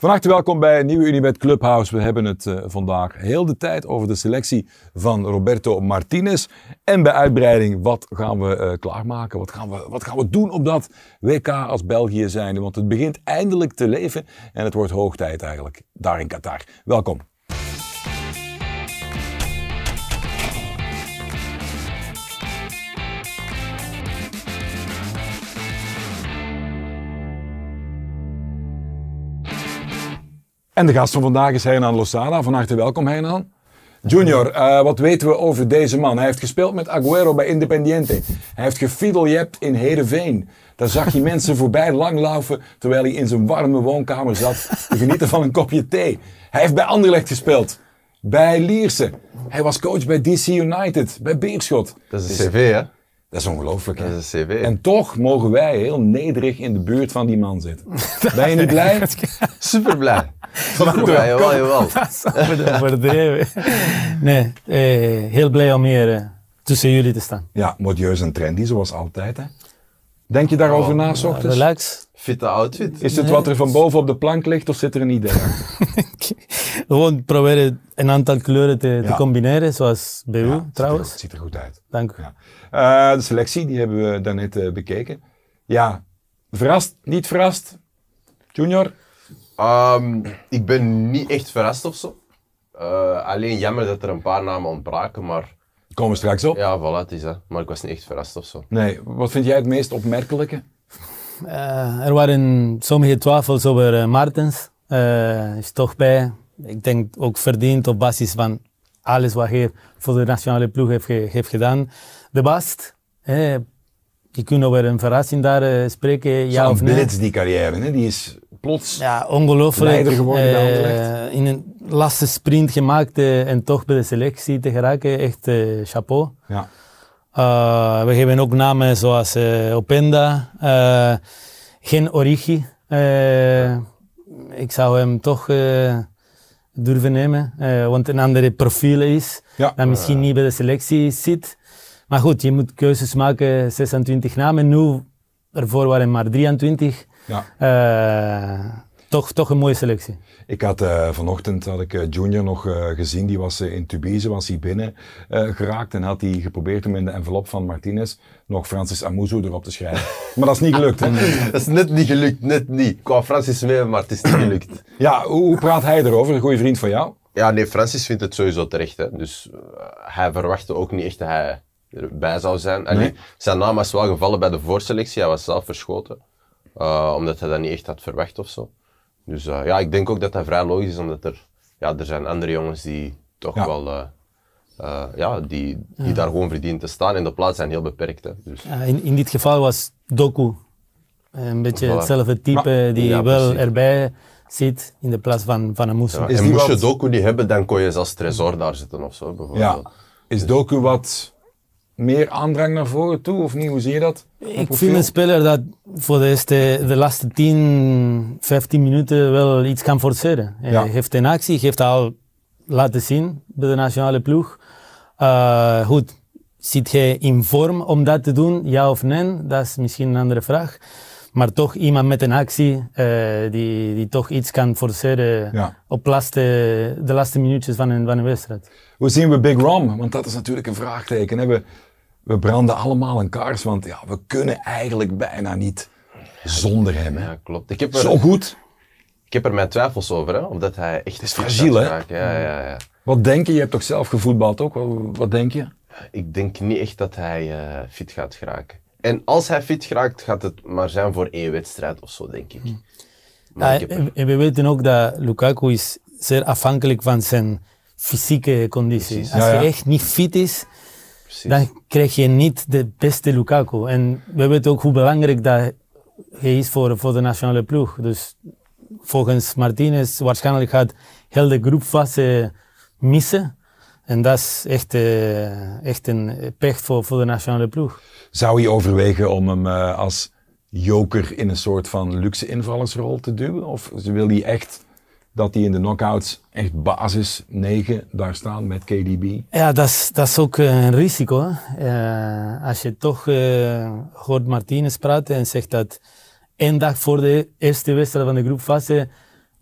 Van harte welkom bij Nieuwe Unibet Clubhouse. We hebben het vandaag heel de tijd over de selectie van Roberto Martinez. En bij uitbreiding, wat gaan we klaarmaken? Wat gaan we doen op dat WK als België zijnde? Want het begint eindelijk te leven en het wordt hoog tijd eigenlijk, daar in Qatar. Welkom. En de gast van vandaag is Hernan Losada. Van harte welkom, Hernan. Junior, wat weten we over deze man? Hij heeft gespeeld met Agüero bij Independiente. Hij heeft gefiedeljept in Heerenveen. Daar zag je mensen voorbij langlaufen terwijl hij in zijn warme woonkamer zat te genieten van een kopje thee. Hij heeft bij Anderlecht gespeeld. Bij Lierse. Hij was coach bij DC United. Bij Beerschot. Dat is een cv, hè? Dat is ongelooflijk. Dat is een cv. En toch mogen wij heel nederig in de buurt van die man zitten. Ben je niet blij? Super blij. Ja, jawel. Overdreven. Nee, heel blij om hier tussen jullie te staan. Ja, modieus en trendy zoals altijd. Hè? Denk je daarover na, 's ochtends? Relax. Fitte outfit. Is het wat er van boven op de plank ligt of zit er een idee achter? Gewoon proberen een aantal kleuren te combineren, zoals bij u trouwens. Het ziet er goed uit. Dank u. Ja. De selectie, die hebben we daarnet bekeken. Ja, verrast, niet verrast? Junior? Ik ben niet echt verrast of zo. Alleen jammer dat er een paar namen ontbraken, maar... Komen we straks op? Ja, voilà, het is dat. Maar ik was niet echt verrast of zo. Nee, wat vind jij het meest opmerkelijke? Er waren sommige twijfels over Martens. Is toch bij. Ik denk ook verdiend op basis van alles wat hij voor de nationale ploeg heeft gedaan. De Bast, je kunt over een verrassing daar spreken, ja of nee. Blitz die carrière, hè? Die is plots ongelooflijk leider geworden bij Anderlecht. In een lastige sprint gemaakt en toch bij de selectie te geraken, echt chapeau. Ja. We hebben ook namen zoals Openda, geen Origi. Ik zou hem toch durven nemen, want een andere profiel is, dat misschien niet bij de selectie zit. Maar goed, je moet keuzes maken, 26 namen, nu ervoor waren maar 23. Ja. Toch een mooie selectie. Ik had vanochtend Junior nog gezien, die was in Tubize, was hij binnen geraakt en had hij geprobeerd om in de envelop van Martinez nog Francis Amuzu erop te schrijven. Maar dat is niet gelukt, hè? Dat is net niet gelukt, net niet. Ik wou Francis mee, maar het is niet gelukt. Ja, hoe praat hij erover? Een goede vriend van jou? Ja, nee, Francis vindt het sowieso terecht, hè. Dus hij verwachtte ook niet echt dat hij erbij zou zijn. Nee. Zijn naam was wel gevallen bij de voorselectie, hij was zelf verschoten. Omdat hij dat niet echt had verwacht of zo. Dus ik denk ook dat dat vrij logisch is, omdat er zijn andere jongens die toch wel, die daar gewoon verdienen te staan. En de plaatsen zijn heel beperkt. Hè. Dus. In dit geval was Doku een beetje hetzelfde type die wel erbij zit in de plaats van een Moussa. Ja, en moest je Doku niet hebben, dan kon je als Tresor daar zitten of zo, bijvoorbeeld. Ja. Is Doku wat meer aandrang naar voren toe, of niet? Hoe zie je dat? Ik vind een speler dat voor de laatste 10, 15 minuten wel iets kan forceren. Hij heeft een actie, heeft al laten zien bij de nationale ploeg. Goed, zit hij in vorm om dat te doen, ja of nee? Dat is misschien een andere vraag. Maar toch iemand met een actie die toch iets kan forceren op de laatste minuutjes van een wedstrijd. Hoe zien we Big Rom? Want dat is natuurlijk een vraagteken. Hè? We branden allemaal een kaars, want we kunnen eigenlijk bijna niet zonder hem. Hè? Ja, klopt. Zo goed. Ik heb er mijn twijfels over, hè? Of dat hij echt... Het is fragiel, hè? Ja. Wat denk je? Je hebt toch zelf gevoetbald ook? Wat denk je? Ik denk niet echt dat hij fit gaat geraken. En als hij fit geraakt, gaat het maar zijn voor 1 wedstrijd of zo, denk ik. En we weten ook dat Lukaku is zeer afhankelijk van zijn fysieke conditie. Precies. Als hij echt niet fit is, dan krijg je niet de beste Lukaku. En we weten ook hoe belangrijk dat hij is voor de nationale ploeg. Dus volgens Martinez waarschijnlijk gaat heel de groepfase missen. En dat is echt een pech voor de nationale ploeg. Zou je overwegen om hem als joker in een soort van luxe invallersrol te duwen? Of wil hij echt dat hij in de knockouts echt basis 9 daar staan met KDB? Ja, dat is ook een risico. Als je toch hoort Martinez praten en zegt dat 1 dag voor de eerste wedstrijd van de groepfase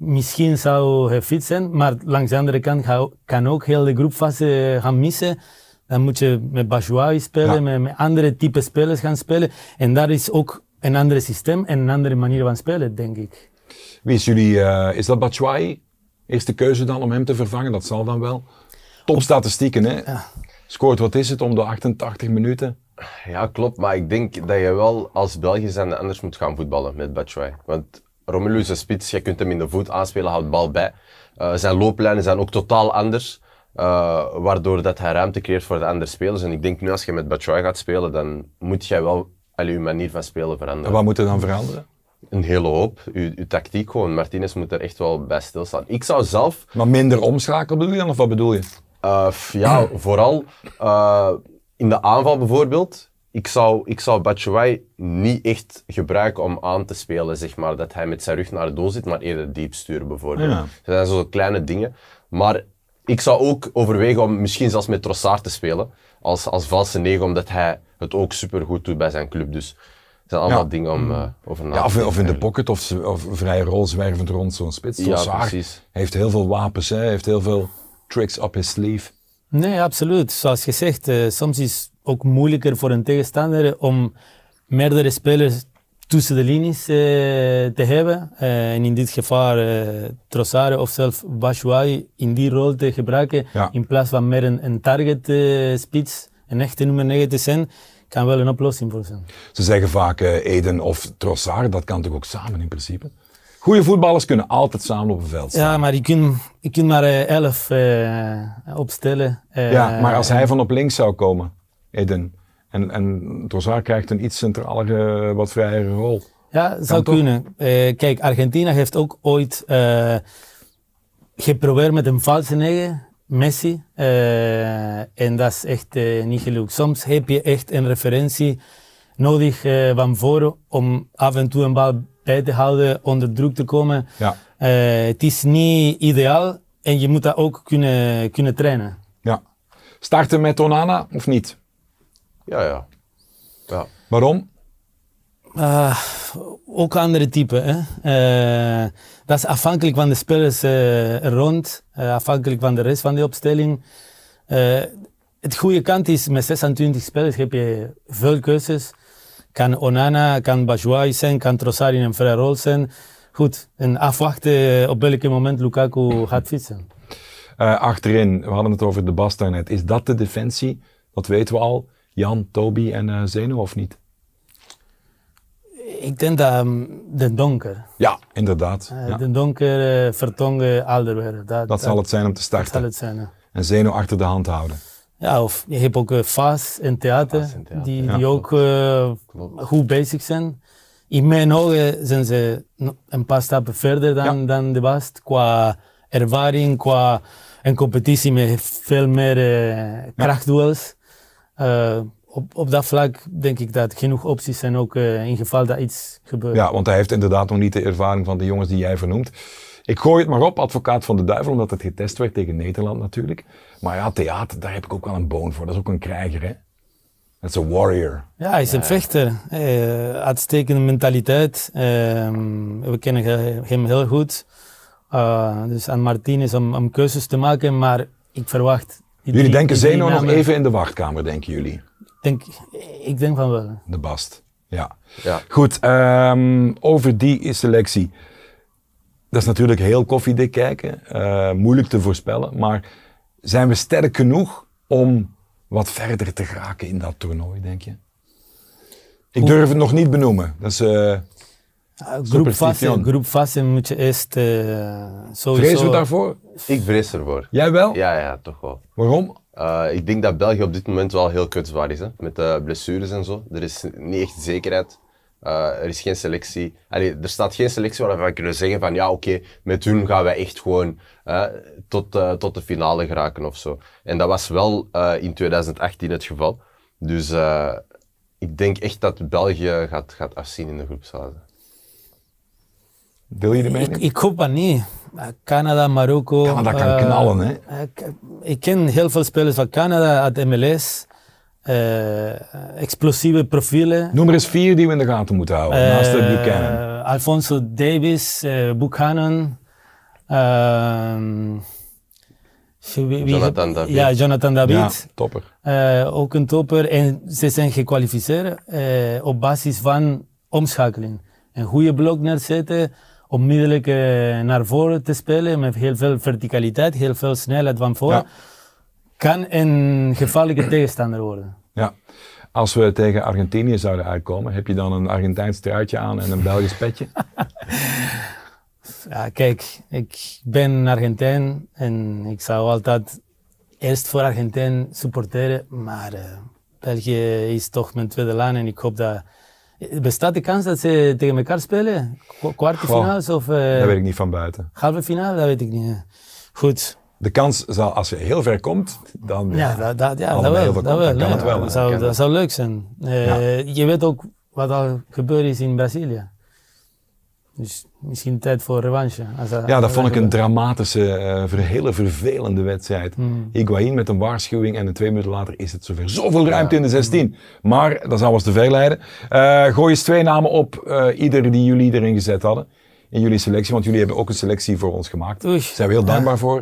misschien zou hij fit zijn, maar langs de andere kant kan ook heel de groepfase gaan missen. Dan moet je met Batshuayi spelen, met andere type spelers gaan spelen. En daar is ook een ander systeem en een andere manier van spelen, denk ik. Wie is jullie, is dat Batshuayi? Eerste keuze dan om hem te vervangen, dat zal dan wel. Topstatistieken, hè? Ja. Scoort, wat is het, om de 88 minuten? Ja, klopt, maar ik denk dat je wel als België zijn anders moet gaan voetballen met Batshuayi. Want Romelu is een spits, je kunt hem in de voet aanspelen, houdt de bal bij. Zijn looplijnen zijn ook totaal anders, waardoor dat hij ruimte creëert voor de andere spelers. En ik denk nu als je met Batshuayi gaat spelen, dan moet jij wel je manier van spelen veranderen. En wat moet er dan veranderen? Een hele hoop. Uw tactiek gewoon. Martinez moet er echt wel bij stilstaan. Ik zou zelf... Maar minder omschakelen bedoel je dan, of wat bedoel je? Ja, vooral in de aanval bijvoorbeeld. Ik zou Batshuayi niet echt gebruiken om aan te spelen, zeg maar, dat hij met zijn rug naar de doel zit, maar eerder diep sturen bijvoorbeeld. Ja. Dat zijn zo kleine dingen. Maar ik zou ook overwegen om misschien zelfs met Trossard te spelen, als valse 9, omdat hij het ook supergoed doet bij zijn club. Dus het zijn allemaal dingen om over na te denken. Of in de pocket of vrije rol zwervend rond zo'n spits. Trossard heeft heel veel wapens, hè, heeft heel veel tricks up his sleeve. Nee, absoluut. Zoals gezegd, soms is het ook moeilijker voor een tegenstander om meerdere spelers tussen de linies te hebben. En in dit geval Trossard of zelfs Batshuayi in die rol te gebruiken. Ja. In plaats van meer een target spits, een echte nummer 9 te zijn, kan wel een oplossing voor zijn. Ze zeggen vaak Eden of Trossard, dat kan toch ook samen in principe? Goeie voetballers kunnen altijd samen op een veld staan. Ja, maar je kunt maar 11 opstellen. Ja, maar als hij van op links zou komen, Eden, en Trossard krijgt een iets centralere, wat vrijere rol. Ja, zou kunnen. Kijk, Argentinië heeft ook ooit geprobeerd met een valse 9, Messi. En dat is echt niet gelukt. Soms heb je echt een referentie nodig van voren om af en toe een bal bij te houden, onder druk te komen. Ja. Het is niet ideaal en je moet dat ook kunnen trainen. Ja. Starten met Onana of niet? Ja. Waarom? Ook andere typen. Hè? Dat is afhankelijk van de spelers rond, afhankelijk van de rest van de opstelling. Het goede kant is, met 26 spelers heb je veel keuzes. Kan Onana, kan Batshuayi zijn, kan Trossard in een vrije rol zijn. Goed, en afwachten op welk moment Lukaku gaat fietsen. Achterin, we hadden het over de Bast daarnet. Is dat de defensie? Dat weten we al. Jan, Toby en Zeno of niet? Ik denk dat de Donker. Ja, inderdaad. De Donker, Vertongen, Alderweireld. Dat zal het zijn om te starten. Dat zal het zijn, ja. En Zeno achter de hand houden. Ja, of je hebt ook Faas en Theater, die ook goed bezig zijn. In mijn ogen zijn ze een paar stappen verder dan de Bast. Qua ervaring, qua een competitie met veel meer krachtduels. Op dat vlak denk ik dat genoeg opties zijn, ook in geval dat iets gebeurt. Ja, want hij heeft inderdaad nog niet de ervaring van de jongens die jij vernoemt. Ik gooi het maar op, advocaat van de duivel, omdat het getest werd tegen Nederland natuurlijk. Maar ja, Theater, daar heb ik ook wel een boon voor. Dat is ook een krijger, hè? Dat is een warrior. Ja, hij is een vechter. Uitstekende mentaliteit. We kennen hem heel goed. Dus aan Martinez om keuzes te maken, maar ik verwacht... Jullie denken Zeno nog even in de wachtkamer, denken jullie? Ik denk van wel. De Bast, ja. Goed, over die selectie. Dat is natuurlijk heel koffiedik kijken, moeilijk te voorspellen, maar zijn we sterk genoeg om wat verder te geraken in dat toernooi, denk je? Ik durf het nog niet benoemen. Dat is groepfase moet je eerst sowieso... Vrezen we daarvoor? Ik vrees ervoor. Jij wel? Ja, toch wel. Waarom? Ik denk dat België op dit moment wel heel kwetsbaar is, hè? Met de blessures en zo. Er is niet echt zekerheid. Er is geen selectie. Er staat geen selectie waarvan we kunnen zeggen van ja, oké, met hun gaan wij echt gewoon tot de finale geraken of zo. En dat was wel in 2018 het geval. Dus ik denk echt dat België gaat afzien in de groepsfase. Deel je de mening? Ik hoop dat niet. Canada, Marokko... Canada kan knallen, hè? Ik ken heel veel spelers van Canada uit MLS. Explosieve profielen. Noem er eens 4 die we in de gaten moeten houden, naast de Buchanan. Alphonso Davies, Buchanan, Jonathan David. Ja, Jonathan David. Ja, topper. Ook een topper. En ze zijn gekwalificeerd op basis van omschakeling. Een goede blok neerzetten, onmiddellijk naar voren te spelen met heel veel verticaliteit, heel veel snelheid van voren. Ja. Kan een gevaarlijke tegenstander worden. Ja. Als we tegen Argentinië zouden uitkomen, heb je dan een Argentijns truitje aan en een Belgisch petje? Ja, kijk, ik ben Argentijn en ik zou altijd eerst voor Argentijn supporteren, maar België is toch mijn tweede land en ik hoop dat... Bestaat de kans dat ze tegen elkaar spelen? Kwartfinales of... Dat weet ik niet van buiten. Halve finale? Dat weet ik niet. Goed. De kans zal, als je heel ver komt, dan... Ja, dat wel. Dat zou leuk zijn. Je weet ook wat al gebeurd is in Brazilië. Dus misschien tijd voor revanche. Dat vond ik een dramatische, hele vervelende wedstrijd. Higuaín met een waarschuwing en 2 minuten later is het zover. Zoveel ruimte in de 16. Maar dat zou ons te ver leiden. Gooi eens 2 namen op, ieder die jullie erin gezet hadden. In jullie selectie, want jullie hebben ook een selectie voor ons gemaakt. Daar zijn we heel dankbaar voor.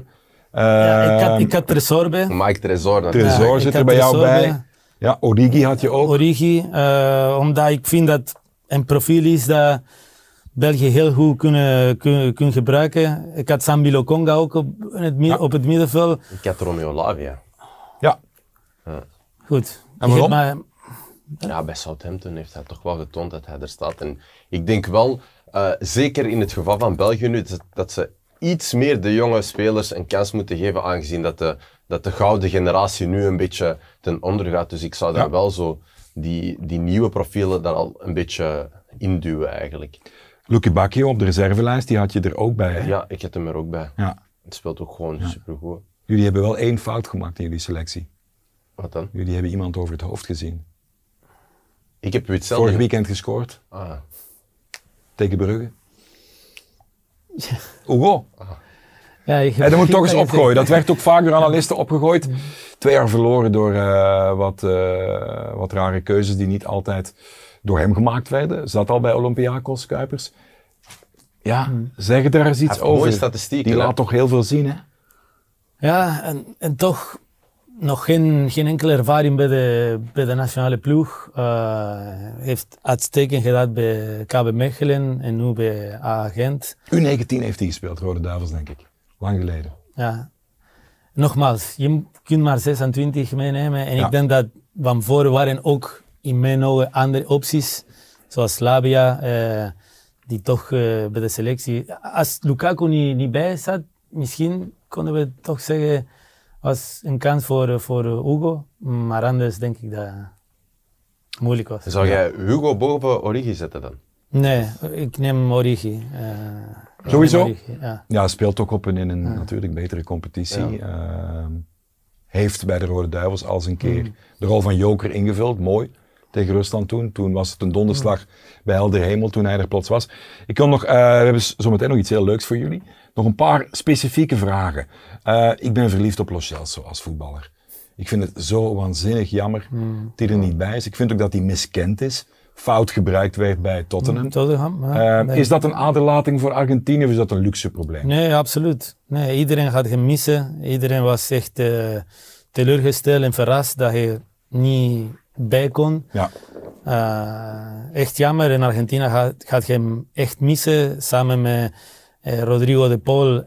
Ik had Tresor bij. Mike Tresor. Tresor zit er bij jou bij. Ja, Origi had je ook. Origi, omdat ik vind dat een profiel is dat België heel goed kunnen gebruiken. Ik had Sambi Lokonga ook op het middenveld. Ik had Romeo Lavia. Ja. Goed. En waarom? Ja, bij Southampton heeft hij toch wel getoond dat hij er staat. En ik denk wel, zeker in het geval van België nu, dat ze iets meer de jonge spelers een kans moeten geven, aangezien dat de gouden generatie nu een beetje ten onder gaat. Dus ik zou daar wel zo die nieuwe profielen daar al een beetje induwen eigenlijk. Lucky Bacchio op de reservelijst, die had je er ook bij, hè? Ja, ik had hem er ook bij. Ja. Het speelt ook gewoon supergoed. Jullie hebben wel 1 fout gemaakt in jullie selectie. Wat dan? Jullie hebben iemand over het hoofd gezien. Ik heb u hetzelfde... Vorig weekend gescoord. Tegen Brugge. Ja. Hugo. Ja, dat moet toch eens opgooien. Dat werd ook vaak door analisten opgegooid. 2 jaar verloren door wat rare keuzes die niet altijd door hem gemaakt werden. Zat al bij Olympiakos, Kuipers. Ja, zeg daar eens iets over. Mooie statistieken. Die laat toch heel veel zien, hè? Ja, en toch nog geen enkele ervaring bij de nationale ploeg. Heeft uitstekend gedaan bij KB Mechelen en nu bij Gent. U19 heeft hij gespeeld, Rode Duivels, denk ik. Lang geleden. Ja. Nogmaals, je kunt maar 26 meenemen. En ik denk dat van voren waren ook in mijn ogen andere opties. Zoals Labia, die toch bij de selectie... Als Lukaku niet bij zat, misschien konden we toch zeggen... was een kans voor Hugo, maar anders denk ik dat het moeilijk was. Zou jij Hugo boven Origi zetten dan? Nee, ik neem Origi. Sowieso? Origi, ja, speelt ook op in een natuurlijk betere competitie. Ja. Heeft bij de Rode Duivels al eens een keer de rol van joker ingevuld, mooi. Tegen Rusland toen. Toen was het een donderslag bij helder hemel toen hij er plots was. Ik wil nog, we hebben zometeen nog iets heel leuks voor jullie. Nog een paar specifieke vragen. Ik ben verliefd op Lo Celso als voetballer. Ik vind het zo waanzinnig jammer dat hij er niet bij is. Ik vind ook dat hij miskend is. Fout gebruikt werd bij Tottenham. Is dat een aderlating voor Argentinië of is dat een luxe probleem? Nee, absoluut. Nee, iedereen gaat hem missen. Iedereen was echt teleurgesteld en verrast dat hij niet bij kon. Ja. Echt jammer. En Argentinië gaat hem echt missen. Samen met Rodrigo de Paul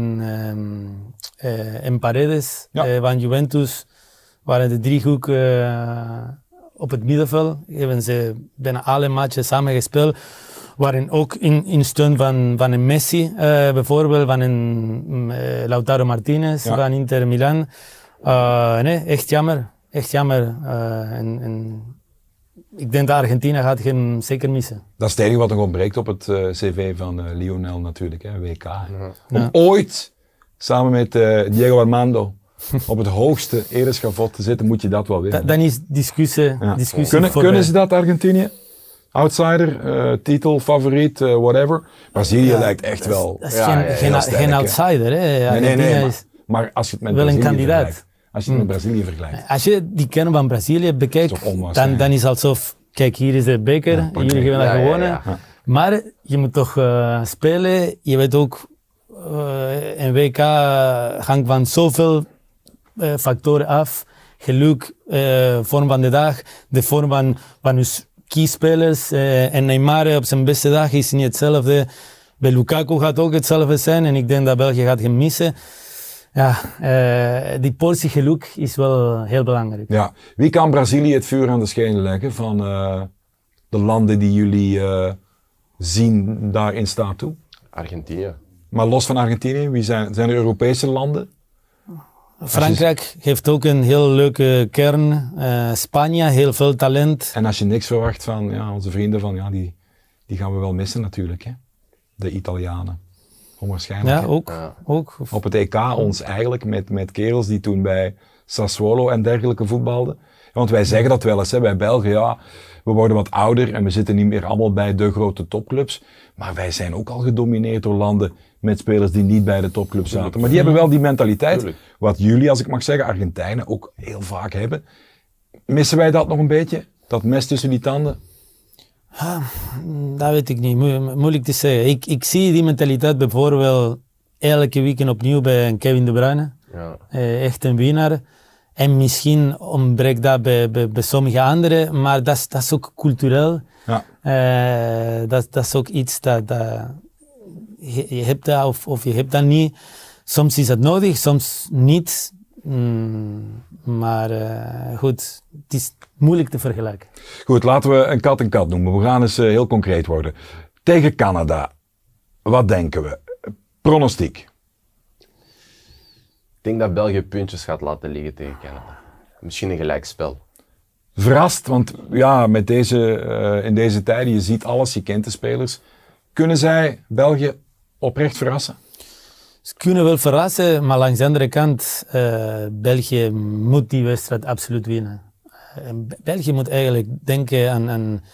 en Paredes van Juventus waren de driehoek op het middenveld. Hebben ze bijna alle matchen samen gespeeld. Waren ook in steun van een Messi, bijvoorbeeld, van een Lautaro Martinez van Inter Milan. Nee, echt jammer. Echt jammer. En ik denk dat Argentinië gaat hem zeker missen. Dat is het enige wat nog ontbreekt op het cv van Lionel natuurlijk, hè, WK. Ja. Om ooit samen met Diego Armando op het hoogste ereschavot te zitten, moet je dat wel winnen. Dan is discussie Kunnen ze dat, Argentinië? Outsider, titel, favoriet, whatever. Brazilië lijkt echt wel... Dat is geen outsider, hè. Nee, maar als je het met wel Brazilië een kandidaat. vergelijkt. Als je het met Brazilië vergelijkt. Als je die kern van Brazilië bekijkt, dan is het alsof... Kijk, hier is de beker, jullie hebben dat gewonnen. Ja. Maar je moet toch spelen. Je weet ook een WK hangt van zoveel factoren af. Geluk, vorm van de dag, de vorm van uw kiespelers. En Neymar op zijn beste dag is niet hetzelfde. Bij Lukaku gaat ook hetzelfde zijn en ik denk dat België gaat hem missen. Ja, die portie geluk is wel heel belangrijk. Ja. Wie kan Brazilië het vuur aan de schenen leggen van de landen die jullie zien daar in staat toe? Argentinië. Maar los van Argentinië, wie zijn er Europese landen? Frankrijk heeft ook een heel leuke kern. Spanje, heel veel talent. En als je niks verwacht van onze vrienden, die gaan we wel missen natuurlijk. Hè? De Italianen. Onwaarschijnlijk. Ja, ook. Op het EK ons eigenlijk met kerels die toen bij Sassuolo en dergelijke voetbalden. Want wij zeggen dat wel eens, hè, bij België, we worden wat ouder en we zitten niet meer allemaal bij de grote topclubs. Maar wij zijn ook al gedomineerd door landen met spelers die niet bij de topclubs zaten. Maar die hebben wel die mentaliteit, wat jullie, als ik mag zeggen, Argentijnen ook heel vaak hebben. Missen wij dat nog een beetje? Dat mes tussen die tanden? Dat weet ik niet, moeilijk te zeggen. Ik zie die mentaliteit bijvoorbeeld elke weekend opnieuw bij Kevin De Bruyne. Ja. Echt een winnaar. En misschien ontbreekt dat bij sommige anderen, maar dat is ook cultureel. Ja. Dat is ook iets dat je hebt dat of je hebt dat niet. Soms is het nodig, soms niet. Maar goed, het is moeilijk te vergelijken. Goed, laten we een kat noemen. We gaan eens heel concreet worden. Tegen Canada, wat denken we? Pronostiek. Ik denk dat België puntjes gaat laten liggen tegen Canada. Misschien een gelijkspel. Verrast, want ja, in deze tijden, je ziet alles, je kent de spelers. Kunnen zij België oprecht verrassen? Ze kunnen wel verrassen, maar langs de andere kant, België moet die wedstrijd absoluut winnen. België moet eigenlijk denken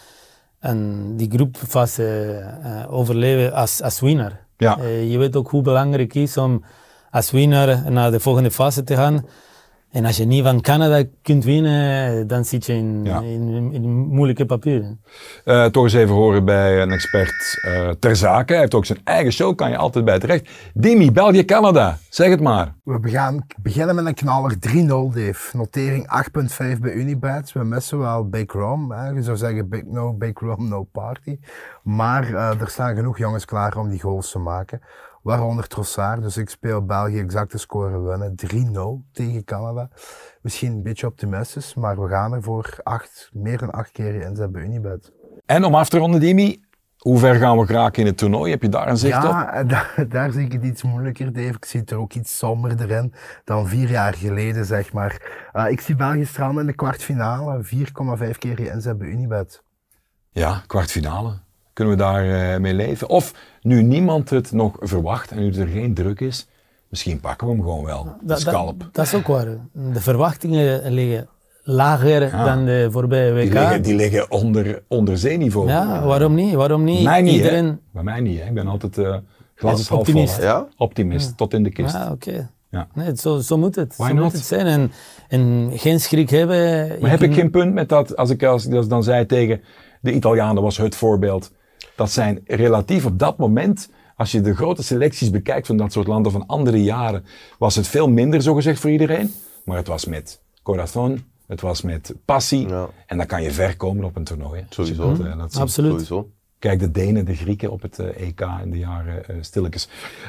aan die groepfase overleven als winnaar. Ja. Je weet ook hoe belangrijk het is om als winnaar naar de volgende fase te gaan. En als je niet van Canada kunt winnen, dan zit je in moeilijke papieren. Toch eens even horen bij een expert ter zake. Hij heeft ook zijn eigen show, kan je altijd bij terecht. Dimi, België-Canada, zeg het maar. We gaan beginnen met een knaller 3-0, Dave. Notering 8,5 bij Unibet. We missen wel Big Rom. Je zou zeggen Big Rom, no party. Maar er staan genoeg jongens klaar om die goals te maken. Waaronder Trossard, dus ik speel België exacte score winnen. 3-0 tegen Canada. Misschien een beetje optimistisch, maar we gaan er voor meer dan 8 keer inzet bij Unibet. En om af te ronden, Dimi, hoe ver gaan we geraken in het toernooi? Heb je daar een zicht op? Ja, daar zie ik het iets moeilijker, Dave. Ik zie het er ook iets somberder in dan 4 jaar geleden, zeg maar. Ik zie België stranden in de kwartfinale. 4,5 keer inzet bij Unibet. Ja, kwartfinale. Kunnen we daar mee leven? Of nu niemand het nog verwacht en nu er geen druk is, misschien pakken we hem gewoon wel. Scalp. Dat is ook waar. De verwachtingen liggen lager dan de voorbije WK. Die liggen onder zeeniveau. Ja, waarom niet? Waarom niet? Mij niet, iedereen... Bij mij niet. Hè. Ik ben altijd glas is half vol. Ja? Optimist, tot in de kist. Ja, oké. Ja. Nee, zo moet het. Why zo not? Moet het zijn. En geen schrik hebben. Maar heb ik geen punt met dat, als ik dan zei tegen de Italianen, was het voorbeeld. Dat zijn relatief op dat moment, als je de grote selecties bekijkt van dat soort landen van andere jaren, was het veel minder zogezegd voor iedereen. Maar het was met corazon, het was met passie. Ja. En dan kan je ver komen op een toernooi. Hè. Sowieso. Absoluut. Sowieso. Kijk, de Denen, de Grieken op het EK in de jaren stilletjes.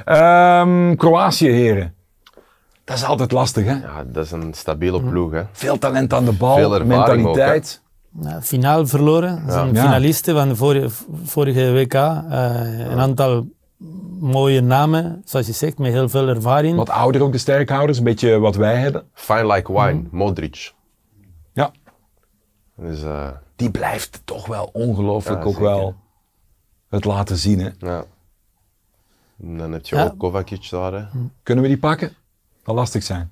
Kroatië, heren. Dat is altijd lastig, hè? Ja, dat is een stabiele ploeg, hè. Veel talent aan de bal, veel mentaliteit. Finaal verloren. Ze zijn finalisten van de vorige WK. Een aantal mooie namen, zoals je zegt, met heel veel ervaring. Wat ouder ook, de sterkhouders, een beetje wat wij hebben. Fine like wine, Modric. Ja. Dus, die blijft toch wel ongelooflijk ook wel het laten zien, hè. Ja. En dan heb je ook Kovacic daar, hè. Kunnen we die pakken? Dat lastig zijn.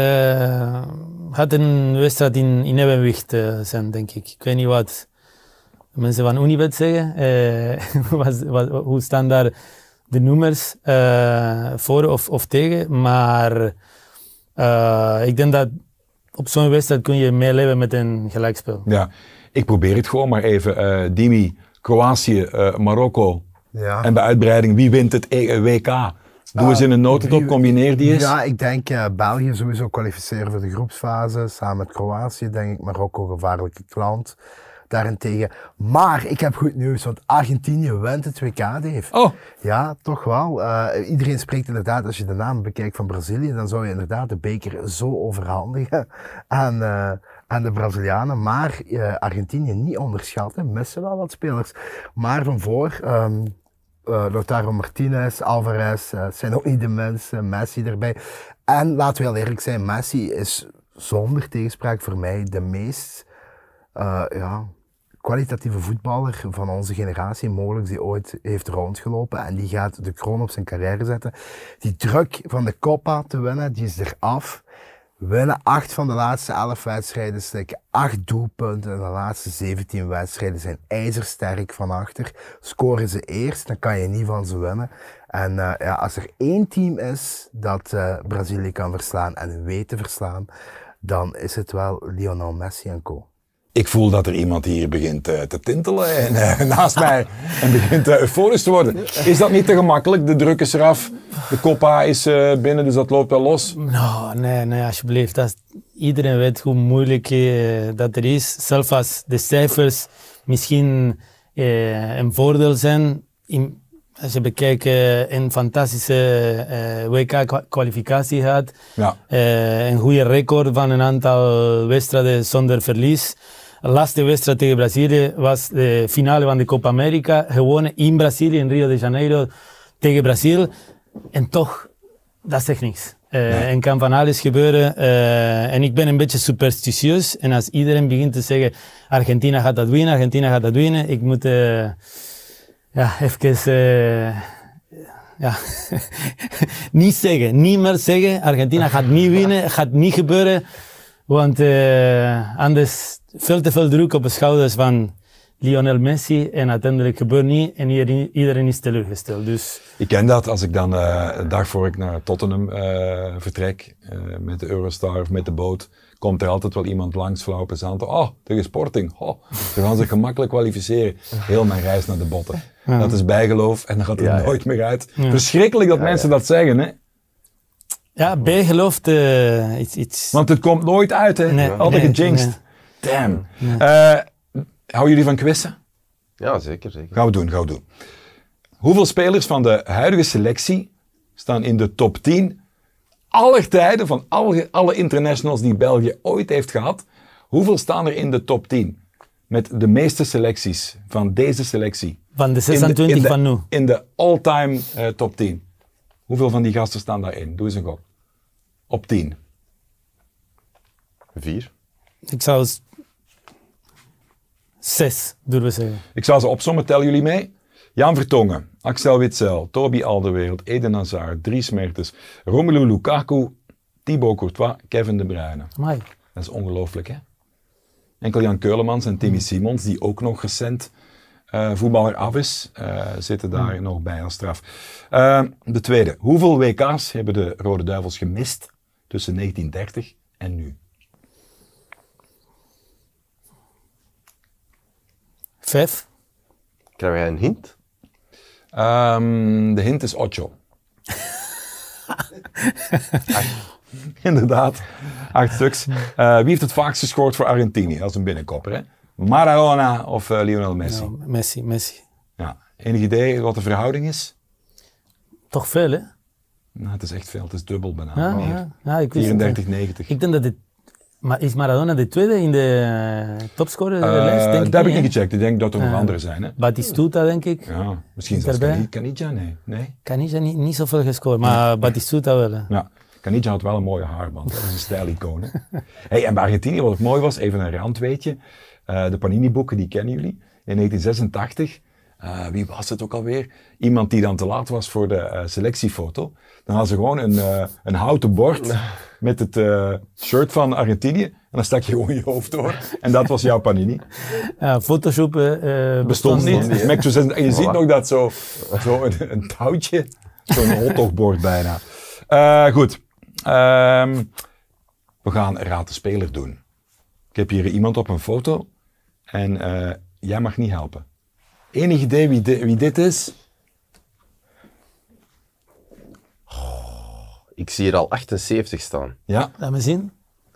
Gaat een wedstrijd in evenwicht zijn, denk ik. Ik weet niet wat mensen van Unibet zeggen. Hoe staan daar de nummers voor of tegen. Maar ik denk dat op zo'n wedstrijd kun je meeleven met een gelijkspel. Ja, ik probeer het gewoon maar even. Dimi, Kroatië, Marokko. Ja. En bij uitbreiding, wie wint het WK Doe eens in een notendop, combineer die eens. Ja, ik denk België sowieso kwalificeren voor de groepsfase. Samen met Kroatië, denk ik. Marokko, gevaarlijke klant. Daarentegen. Maar ik heb goed nieuws, want Argentinië wint het WK, Dave. Oh. Ja, toch wel. Iedereen spreekt inderdaad, als je de naam bekijkt van Brazilië, dan zou je inderdaad de beker zo overhandigen aan de Brazilianen. Maar Argentinië niet onderschatten, missen wel wat spelers. Maar van voor, Lautaro Martinez, Alvarez, zijn ook niet de mensen, Messi erbij. En laten we heel eerlijk zijn, Messi is zonder tegenspraak voor mij de meest kwalitatieve voetballer van onze generatie, mogelijk die ooit heeft rondgelopen. En die gaat de kroon op zijn carrière zetten. Die druk van de Copa te winnen, die is eraf. Winnen 8 van de laatste 11 wedstrijden, steken 8 doelpunten. En de laatste 17 wedstrijden zijn ijzersterk van achter. Scoren ze eerst, dan kan je niet van ze winnen. En als er één team is dat Brazilië kan verslaan en weet te verslaan, dan is het wel Lionel Messi en co. Ik voel dat er iemand hier begint te tintelen en naast mij en begint euforisch te worden. Is dat niet te gemakkelijk? De druk is eraf, de Copa is binnen, dus dat loopt wel los. Nee, alsjeblieft. Iedereen weet hoe moeilijk dat er is. Zelfs als de cijfers misschien een voordeel zijn. Als je bekijkt, een fantastische WK-kwalificatie had. Ja. Een goede record van een aantal wedstrijden zonder verlies. De laatste wedstrijd tegen Brazilië was de finale van de Copa America. Gewonnen in Brazilië, in Rio de Janeiro, tegen Brazil. En toch, dat zegt niks. En kan van alles gebeuren. En ik ben een beetje superstitieus. En als iedereen begint te zeggen, Argentina gaat dat winnen, ik moet... niet meer zeggen, Argentina gaat niet winnen, gaat niet gebeuren, want anders veel te veel druk op de schouders van Lionel Messi en uiteindelijk gebeurt niet en iedereen is teleurgesteld. Dus. Ik ken dat als ik dan de dag voor ik naar Tottenham vertrek met de Eurostar of met de boot, komt er altijd wel iemand langs, flauw plezant. Oh, tegen Sporting. Oh, ze gaan zich gemakkelijk kwalificeren. Heel mijn reis naar de botten. Ja. Dat is bijgeloof en dan gaat het nooit meer uit. Ja. Verschrikkelijk dat mensen dat zeggen, hè? Ja, bijgeloof iets... Want het komt nooit uit, hè? Nee, altijd gejinxed. Nee. Damn. Nee. Houden jullie van quizzen? Ja, zeker. Gaan we doen. Hoeveel spelers van de huidige selectie staan in de top 10 aller tijden van alle internationals die België ooit heeft gehad? Hoeveel staan er in de top 10? Met de meeste selecties van deze selectie. Van de 26 van nu. In de all-time top 10. Hoeveel van die gasten staan daarin? Doe eens een gok. Op 10. 4. Ik zou 6 durven zeggen. Ik zal ze opsommen, tel jullie mee. Jan Vertongen, Axel Witsel, Toby Alderweireld, Eden Hazard, Dries Mertens, Romelu Lukaku, Thibaut Courtois, Kevin De Bruyne. Amai. Dat is ongelooflijk, hè? Enkel Jan Keulemans en Timmy Simons, die ook nog recent voetballer af is, zitten daar nog bij als straf. De tweede. Hoeveel WK's hebben de Rode Duivels gemist tussen 1930 en nu? 5. Krijg jij een hint? De hint is 8. Inderdaad, 8 stuks. Wie heeft het vaakst gescoord voor Argentinië? Dat is een binnenkopper, hè? Maradona of Lionel Messi? Ja, Messi. Ja. Enig idee wat de verhouding is? Toch veel, hè? Nou, het is echt veel. Het is dubbel bijna. Ja, 34-90. Ik denk dat maar is Maradona de tweede in de topscorerlijst, denk ik? Dat heb ik niet gecheckt. Ik denk dat er nog andere zijn. Hè? Batistuta, denk ik. Ja, misschien zelfs Caniggia, nee. Caniggia niet zoveel gescoord, maar Batistuta wel. Hè. Ja, Caniggia had wel een mooie haarband. Dat is een stijlicoon. Hey, en bij Argentinië, wat ook mooi was, even een randweetje. De Panini-boeken, die kennen jullie. In 1986, wie was het ook alweer? Iemand die dan te laat was voor de selectiefoto. Dan hadden ze gewoon een houten bord met het shirt van Argentinië. En dan stak je gewoon je hoofd door. En dat was jouw Panini. Ja, Photoshop bestond niet. En je ziet nog dat zo een touwtje, zo'n hotdogbord bijna. Goed. We gaan Raad de Speler doen. Ik heb hier iemand op een foto. En jij mag niet helpen. Enig idee wie dit is? Ik zie hier al 78 staan. Ja. Laat me zien.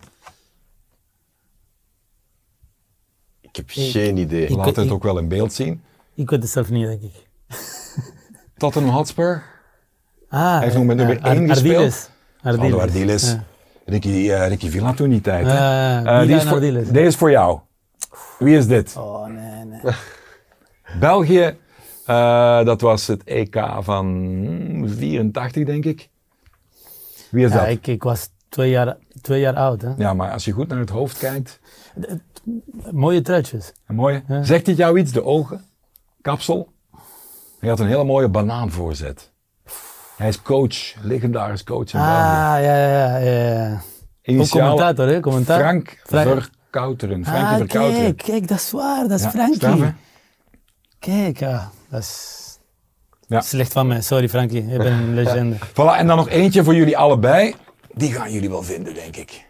Ik heb geen idee. Laat het ook wel in beeld zien. Ik weet het zelf niet, denk ik. Tottenham Hotspur. Hij heeft nog met nummer 1 gespeeld. Valdo Ardiles. Ja. Ricky Villa toen die tijd. Ardiles. Deze is voor jou. Wie is dit? Oh, nee. België. Dat was het EK van 84, denk ik. Wie is dat? Ik was 2 jaar oud. Hè? Ja, maar als je goed naar het hoofd kijkt. Mooie truitjes. Een mooie. Ja. Zegt dit jou iets? De ogen? Kapsel? Hij had een hele mooie banaanvoorzet. Hij is coach, legendarisch coach in België. Ja. Initiaal, ook commentator, hè? Commentaar. Frank Verkouteren. Frankie Verkouteren. Kijk, dat is waar. Dat is Frankie. Straf, kijk, dat is slecht van mij. Sorry Frankie, je bent een legende. Voilà, en dan nog eentje voor jullie allebei. Die gaan jullie wel vinden, denk ik.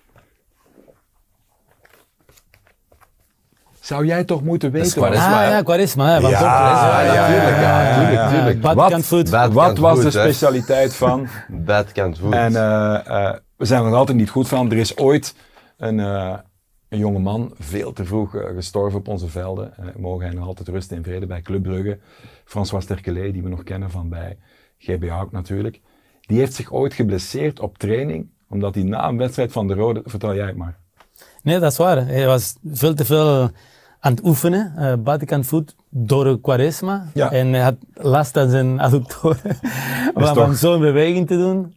Zou jij toch moeten weten? Quaresma, Quaresma. Tuurlijk. Wat was de specialiteit van? Badkant voet. En we zijn er nog altijd niet goed van. Er is ooit een jonge man, veel te vroeg gestorven op onze velden. Mogen hij nog altijd rusten in vrede bij Club Brugge. François Sterkelet, die we nog kennen van bij GBA ook natuurlijk. Die heeft zich ooit geblesseerd op training, omdat hij na een wedstrijd van de Rode... Vertel jij het maar. Nee, dat is waar. Hij was veel te veel aan het oefenen, buitenkantvoet, door Quaresma. Ja. En hij had last aan zijn adductoren om zo'n beweging te doen.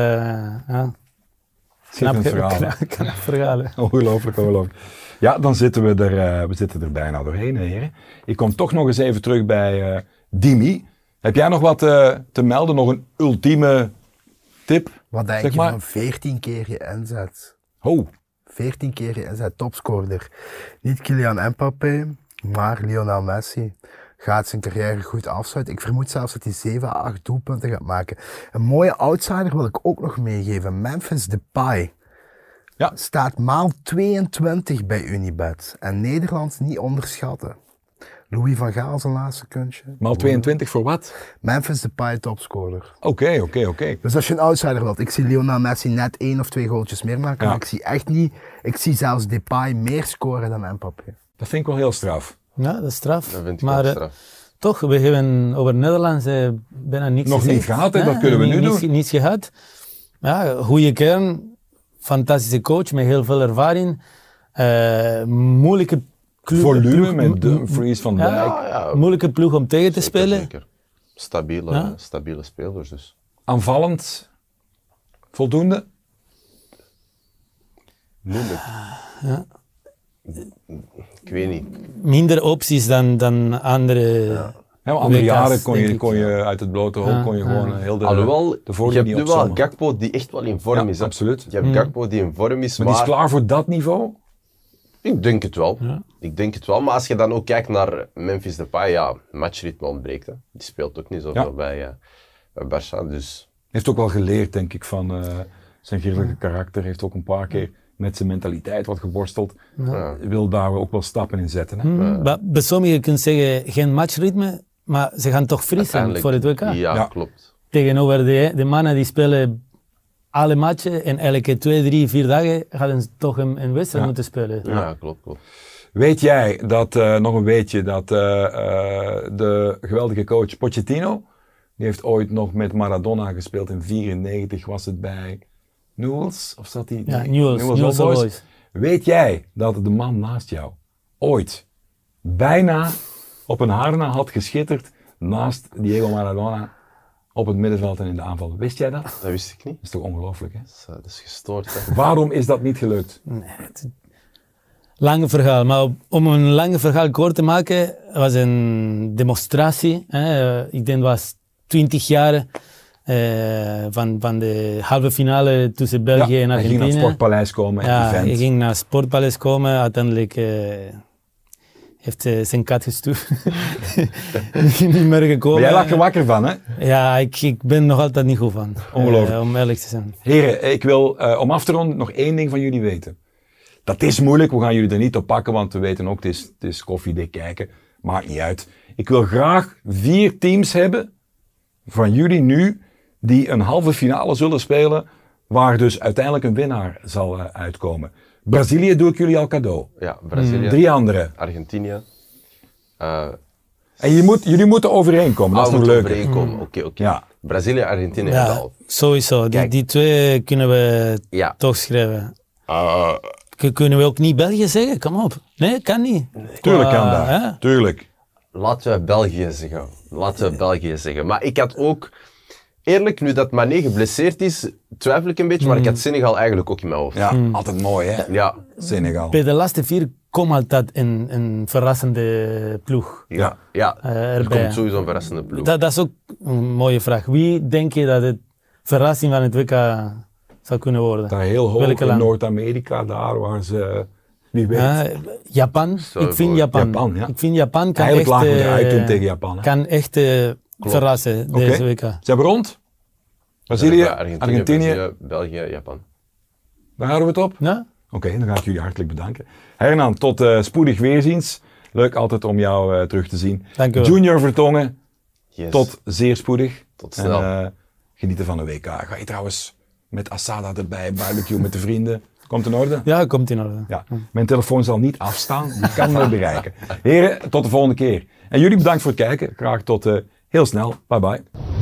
Knap verhaal. Ongelooflijk. Ja, dan zitten we er bijna doorheen, heren. Ik kom toch nog eens even terug bij Dimi. Heb jij nog wat te melden? Nog een ultieme tip? Wat denk je van 14 keer je inzet? 14 keer je inzet, topscorer. Niet Kylian Mbappé, maar Lionel Messi. Gaat zijn carrière goed afsluiten. Ik vermoed zelfs dat hij 7 à 8 doelpunten gaat maken. Een mooie outsider wil ik ook nog meegeven. Memphis Depay. Ja. Staat maal 22 bij Unibet. En Nederland niet onderschatten. Louis van Gaal zijn laatste kunstje. Maal 22 voor wat? Memphis Depay topscorer. Oké. Dus als je een outsider wilt, ik zie Lionel Messi net 1 of 2 goaltjes meer maken. Maar ik zie echt niet, ik zie zelfs Depay meer scoren dan Mbappé. Dat vind ik wel heel straf. Ja, dat is straf. Dat vind ik ook straf. Toch, we hebben over Nederlands bijna niks nog gezegd. Niet gehad, hè? Dat kunnen we nu doen. Niets gehad. Ja, goede kern, fantastische coach met heel veel ervaring. Moeilijke volume met Dumfries van Dijk. Ja. Moeilijke ploeg om tegen te spelen. Zeker. Stabiele spelers dus. Aanvallend, voldoende? Moeilijk. Ja. Ik weet niet. Minder opties dan andere... Ja, andere jaren kon je uit het blote hol gewoon heel de Alhoewel, de je hebt nu wel Gakpo die echt wel in vorm is. Absoluut. Je hebt Gakpo die in vorm is, maar die is klaar voor dat niveau? Ik denk het wel. Ja. Maar als je dan ook kijkt naar Memphis Depay, matchritme ontbreekt. Hè. Die speelt ook niet zoveel bij Barça. Dus. Heeft ook wel geleerd, denk ik, van zijn gierlijke karakter. Heeft ook een paar keer met zijn mentaliteit wat geworsteld. Wil daar ook wel stappen in zetten. Hè. Bij sommigen kun je zeggen, geen matchritme, maar ze gaan toch fris zijn voor het WK. Ja, klopt. Tegenover de mannen die spelen alle matchen en elke 2, 3, 4 dagen gaan ze toch een wedstrijd moeten spelen. Ja, klopt. Weet jij dat, nog een weetje, dat de geweldige coach Pochettino, die heeft ooit nog met Maradona gespeeld in 1994, was het bij Newell's? Of zat hij? Ja, Newell's Old Boys. Weet jij dat de man naast jou ooit bijna op een harna had geschitterd naast Diego Maradona op het middenveld en in de aanval? Wist jij dat? Dat wist ik niet. Dat is toch ongelooflijk, hè? Dat is gestoord, hè? Waarom is dat niet gelukt? Nee, lange verhaal, maar om een lange verhaal kort te maken, was een demonstratie. Ik denk het was 20 jaar van de halve finale tussen België en Argentinië. Hij ging naar het Sportpaleis komen. Hij ging naar het Sportpaleis komen. Uiteindelijk heeft zijn kat gestuurd. Niet meer gekomen. Maar jij lag er wakker van, hè? Ja, ik ben nog altijd niet goed van. Ongelooflijk. Om eerlijk te zijn. Heren, ik wil om af te ronden nog één ding van jullie weten. Dat is moeilijk, we gaan jullie er niet op pakken, want we weten ook, het is koffiedik kijken. Maakt niet uit. Ik wil graag 4 teams hebben van jullie nu die een halve finale zullen spelen, waar dus uiteindelijk een winnaar zal uitkomen. Brazilië doe ik jullie al cadeau. Ja, Brazilië. 3 andere. Argentinië. En jullie moeten overeenkomen, dat is nog leuker. Overeenkomen, oké. Ja. Brazilië, Argentinië en Ja, Dal. sowieso. Die twee kunnen we toch schrijven. Kunnen we ook niet België zeggen? Kom op. Nee, kan niet. Tuurlijk kan dat. Tuurlijk. Laten we België zeggen. Maar ik had ook... Eerlijk, nu dat Mané geblesseerd is, twijfel ik een beetje, maar ik had Senegal eigenlijk ook in mijn hoofd. Ja, altijd mooi hè? Ja. Senegal. Bij de laatste 4 komt altijd een verrassende ploeg. Ja, er komt sowieso een verrassende ploeg. Dat is ook een mooie vraag. Wie denk je dat het verrassing van het WK zou kunnen worden? Daar heel hoog in Noord-Amerika, daar waar ze... Wie weet. Japan. Ik vind Japan. Ja. Ik vind Japan kan eigenlijk echt... lagen we eruit toen tegen Japan. Hè? Kan echt verrassen deze WK. Ze hebben rond. Brazilië, Argentinië, België, Japan. Daar houden we het op? Ja? Oké, dan ga ik jullie hartelijk bedanken. Hernan, tot spoedig weerziens. Leuk altijd om jou terug te zien. Dank u wel. Junior Vertongen, Yes. tot zeer spoedig. Tot snel. En genieten van de WK. Ga je trouwens met Asada erbij, barbecue met de vrienden? Komt in orde? Ja, komt in orde. Ja. Mijn telefoon zal niet afstaan, je kan me bereiken. Heren, tot de volgende keer. En jullie bedankt voor het kijken. Graag tot heel snel. Bye bye.